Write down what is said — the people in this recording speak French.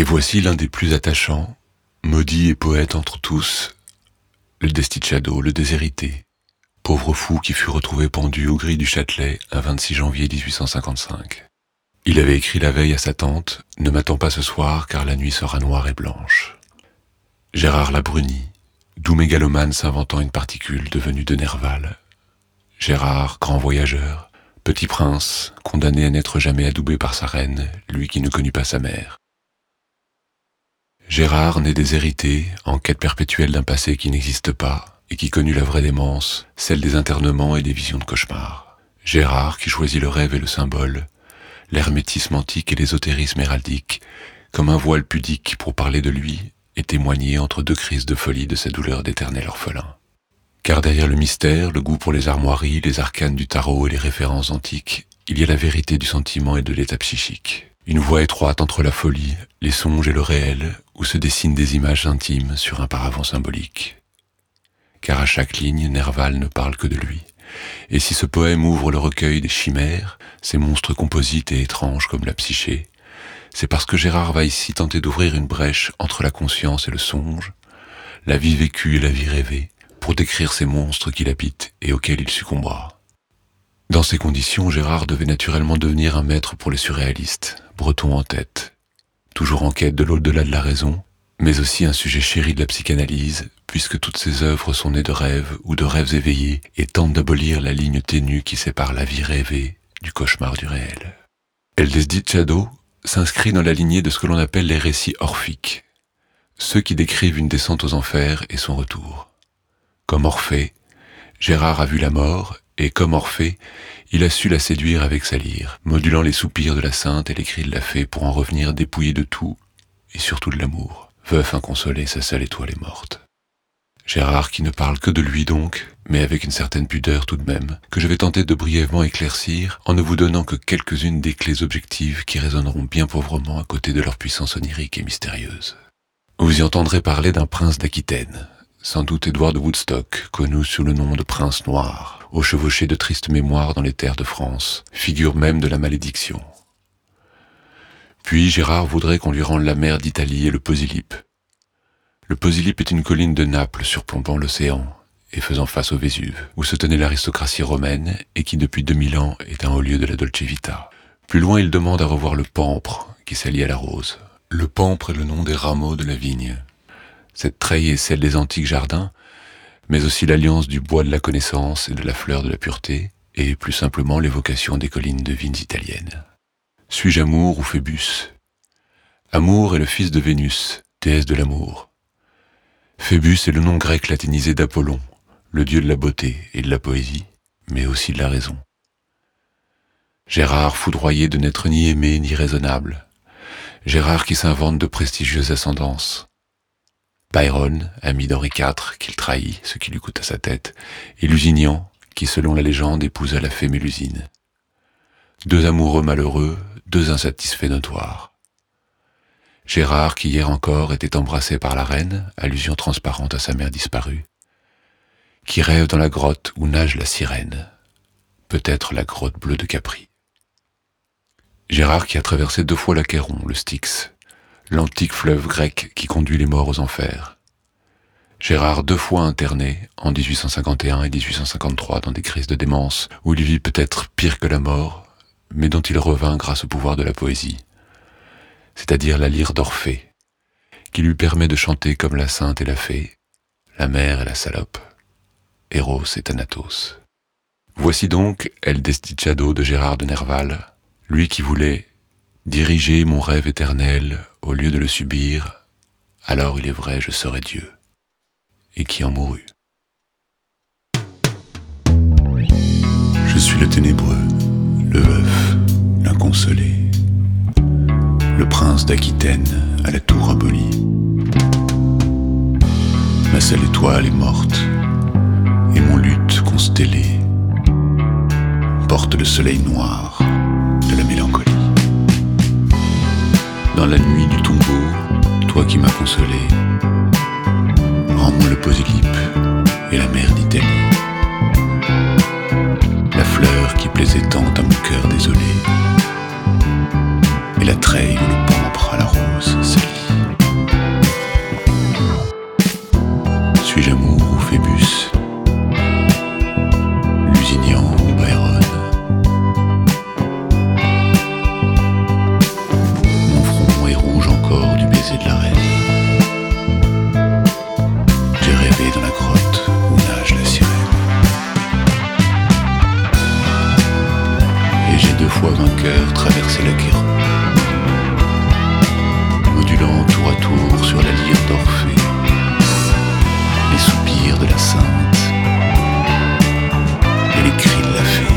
voici l'un des plus attachants, maudit et poète entre tous, le Desticciado, le déshérité, pauvre fou qui fut retrouvé pendu aux grilles du Châtelet un 26 janvier 1855. Il avait écrit la veille à sa tante « Ne m'attends pas ce soir car la nuit sera noire et blanche ». Gérard Labruni, doux mégalomane s'inventant une particule devenue de Nerval. Gérard, grand voyageur, petit prince, condamné à n'être jamais adoubé par sa reine, lui qui ne connut pas sa mère. Gérard, né déshérité, en quête perpétuelle d'un passé qui n'existe pas, et qui connut la vraie démence, celle des internements et des visions de cauchemars. Gérard, qui choisit le rêve et le symbole, l'hermétisme antique et l'ésotérisme héraldique, comme un voile pudique pour parler de lui et témoigner entre deux crises de folie de sa douleur d'éternel orphelin. Car derrière le mystère, le goût pour les armoiries, les arcanes du tarot et les références antiques, il y a la vérité du sentiment et de l'état psychique. Une voie étroite entre la folie, les songes et le réel, où se dessinent des images intimes sur un paravent symbolique. Car à chaque ligne, Nerval ne parle que de lui. Et si ce poème ouvre le recueil des chimères, ces monstres composites et étranges comme la psyché, c'est parce que Gérard va ici tenter d'ouvrir une brèche entre la conscience et le songe, la vie vécue et la vie rêvée, pour décrire ces monstres qui l'habitent et auxquels il succombera. Dans ces conditions, Gérard devait naturellement devenir un maître pour les surréalistes, breton en tête, toujours en quête de l'au-delà de la raison, mais aussi un sujet chéri de la psychanalyse, puisque toutes ses œuvres sont nées de rêves ou de rêves éveillés et tentent d'abolir la ligne ténue qui sépare la vie rêvée du cauchemar du réel. El Desdichado s'inscrit dans la lignée de ce que l'on appelle les récits orphiques, ceux qui décrivent une descente aux enfers et son retour. Comme Orphée, Gérard a vu la mort, et comme Orphée, il a su la séduire avec sa lyre, modulant les soupirs de la sainte et les cris de la fée pour en revenir dépouillé de tout, et surtout de l'amour. Veuf inconsolé, sa seule étoile est morte. Gérard qui ne parle que de lui donc, mais avec une certaine pudeur tout de même, que je vais tenter de brièvement éclaircir en ne vous donnant que quelques-unes des clés objectives qui résonneront bien pauvrement à côté de leur puissance onirique et mystérieuse. Vous y entendrez parler d'un prince d'Aquitaine, sans doute Édouard de Woodstock, connu sous le nom de prince noir, au chevauché de tristes mémoires dans les terres de France, figure même de la malédiction. Puis Gérard voudrait qu'on lui rende la mer d'Italie et le Posillipe. Le Posillipe est une colline de Naples surplombant l'océan et faisant face au Vésuve, où se tenait l'aristocratie romaine et qui depuis 2000 ans est un haut lieu de la Dolce Vita. Plus loin, il demande à revoir le pampre qui s'allie à la rose. Le pampre est le nom des rameaux de la vigne. Cette treille est celle des antiques jardins, mais aussi l'alliance du bois de la connaissance et de la fleur de la pureté, et plus simplement l'évocation des collines de vignes italiennes. Suis-je Amour ou Phébus ? Amour est le fils de Vénus, déesse de l'amour. Phébus est le nom grec latinisé d'Apollon, le dieu de la beauté et de la poésie, mais aussi de la raison. Gérard foudroyé de n'être ni aimé ni raisonnable. Gérard qui s'invente de prestigieuses ascendances. Byron, ami d'Henri IV, qu'il trahit, ce qui lui coûta sa tête, et Lusignan, qui selon la légende épousa la fée Mélusine. Deux amoureux malheureux, deux insatisfaits notoires. Gérard, qui hier encore était embrassé par la reine, allusion transparente à sa mère disparue, qui rêve dans la grotte où nage la sirène, peut-être la grotte bleue de Capri. Gérard qui a traversé 2 fois l'Achéron, le Styx, l'antique fleuve grec qui conduit les morts aux enfers. Gérard 2 fois interné, en 1851 et 1853, dans des crises de démence, où il vit peut-être pire que la mort, mais dont il revint grâce au pouvoir de la poésie, c'est-à-dire la lyre d'Orphée, qui lui permet de chanter comme la sainte et la fée, la mère et la salope, Eros et Thanatos. Voici donc El Desdichado de Gérard de Nerval, lui qui voulait diriger mon rêve éternel au lieu de le subir, alors il est vrai je serai Dieu, et qui en mourut. Je suis le ténébreux, le veuf, l'inconsolé, le prince d'Aquitaine à la tour abolie. Ma seule étoile est morte, et mon luth constellé porte le soleil noir de la mélancolie. Dans la nuit du tombeau, toi qui m'as consolé, rends-moi le Posillipe et la mer d'Italie, la fleur qui plaisait tant à mon cœur désolé, et la treille où le pampre à la rose s'allie. 2 fois vainqueur traversait l'Achéron, modulant tour à tour sur la lyre d'Orphée les soupirs de la sainte et les cris de la fée.